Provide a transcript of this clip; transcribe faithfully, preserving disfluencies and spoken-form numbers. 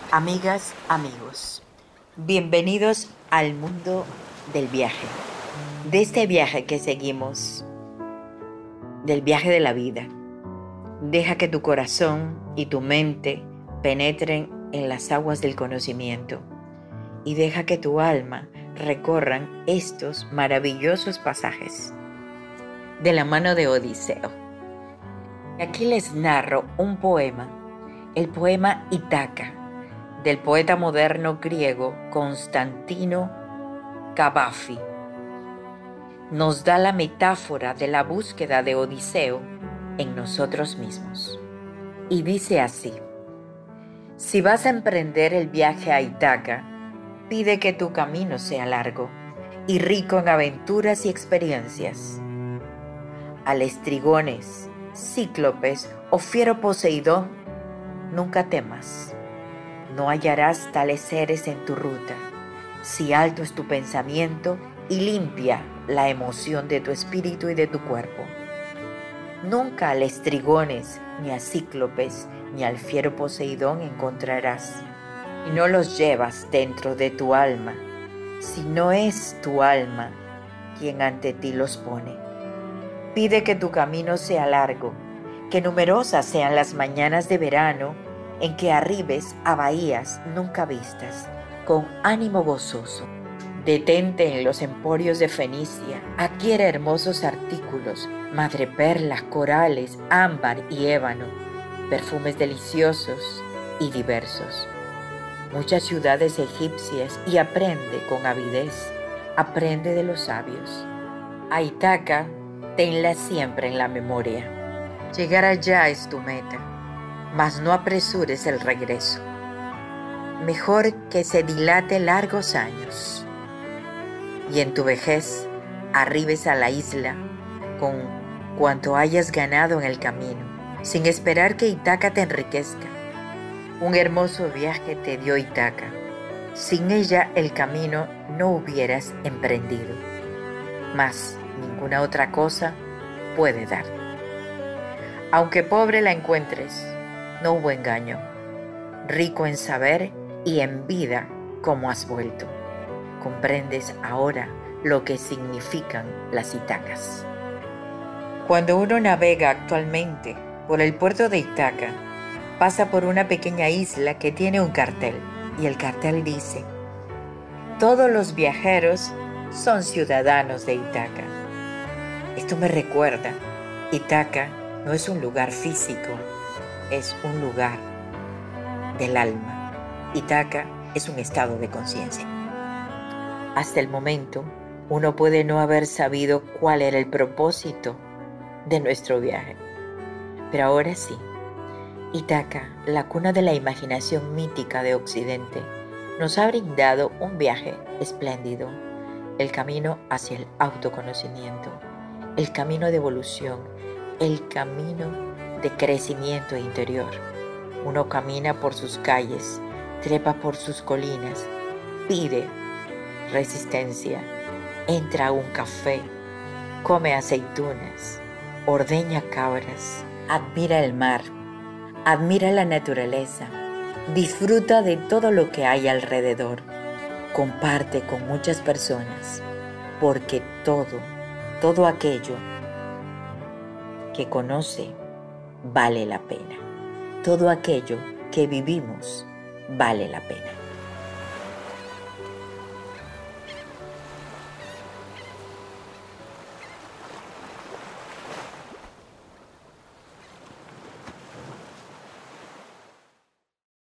Amigas, amigos, bienvenidos al mundo del viaje, de este viaje que seguimos, del viaje de la vida. Deja que tu corazón y tu mente penetren en las aguas del conocimiento y deja que tu alma recorran estos maravillosos pasajes de la mano de Odiseo. Aquí les narro un poema, el poema Ítaca, del poeta moderno griego Constantino Cavafy. Nos da la metáfora de la búsqueda de Odiseo en nosotros mismos. Y dice así: si vas a emprender el viaje a Ítaca, pide que tu camino sea largo y rico en aventuras y experiencias. Al estrigones, cíclopes o fiero Poseidón, nunca temas. No hallarás tales seres en tu ruta, si alto es tu pensamiento y limpia la emoción de tu espíritu y de tu cuerpo. Nunca al estrigones, ni a cíclopes, ni al fiero Poseidón encontrarás, y no los llevas dentro de tu alma, si no es tu alma quien ante ti los pone. Pide que tu camino sea largo, que numerosas sean las mañanas de verano en que arribes a bahías nunca vistas, con ánimo gozoso. Detente en los emporios de Fenicia, adquiere hermosos artículos, madreperlas, corales, ámbar y ébano, perfumes deliciosos y diversos. Muchas ciudades egipcias y aprende con avidez, aprende de los sabios. A Ítaca, tenla siempre en la memoria. Llegar allá es tu meta, mas no apresures el regreso. Mejor que se dilate largos años y en tu vejez arribes a la isla con cuanto hayas ganado en el camino, sin esperar que Ítaca te enriquezca. Un hermoso viaje te dio Ítaca. Sin ella el camino no hubieras emprendido, mas ninguna otra cosa puede darte. Aunque pobre la encuentres, no hubo engaño, rico en saber y en vida como has vuelto. Comprendes ahora lo que significan las Ítacas. Cuando uno navega actualmente por el puerto de Ítaca, pasa por una pequeña isla que tiene un cartel, y el cartel dice: todos los viajeros son ciudadanos de Ítaca. Esto me recuerda, Ítaca no es un lugar físico, es un lugar del alma. Ítaca es un estado de conciencia. Hasta el momento, uno puede no haber sabido cuál era el propósito de nuestro viaje. Pero ahora sí, Ítaca, la cuna de la imaginación mítica de Occidente, nos ha brindado un viaje espléndido, el camino hacia el autoconocimiento, el camino de evolución, el camino de crecimiento interior. Uno camina por sus calles, trepa por sus colinas, pide resistencia, entra a un café, come aceitunas, ordeña cabras, admira el mar, admira la naturaleza, disfruta de todo lo que hay alrededor, comparte con muchas personas, porque todo, todo aquello que conoce vale la pena. Todo aquello que vivimos vale la pena.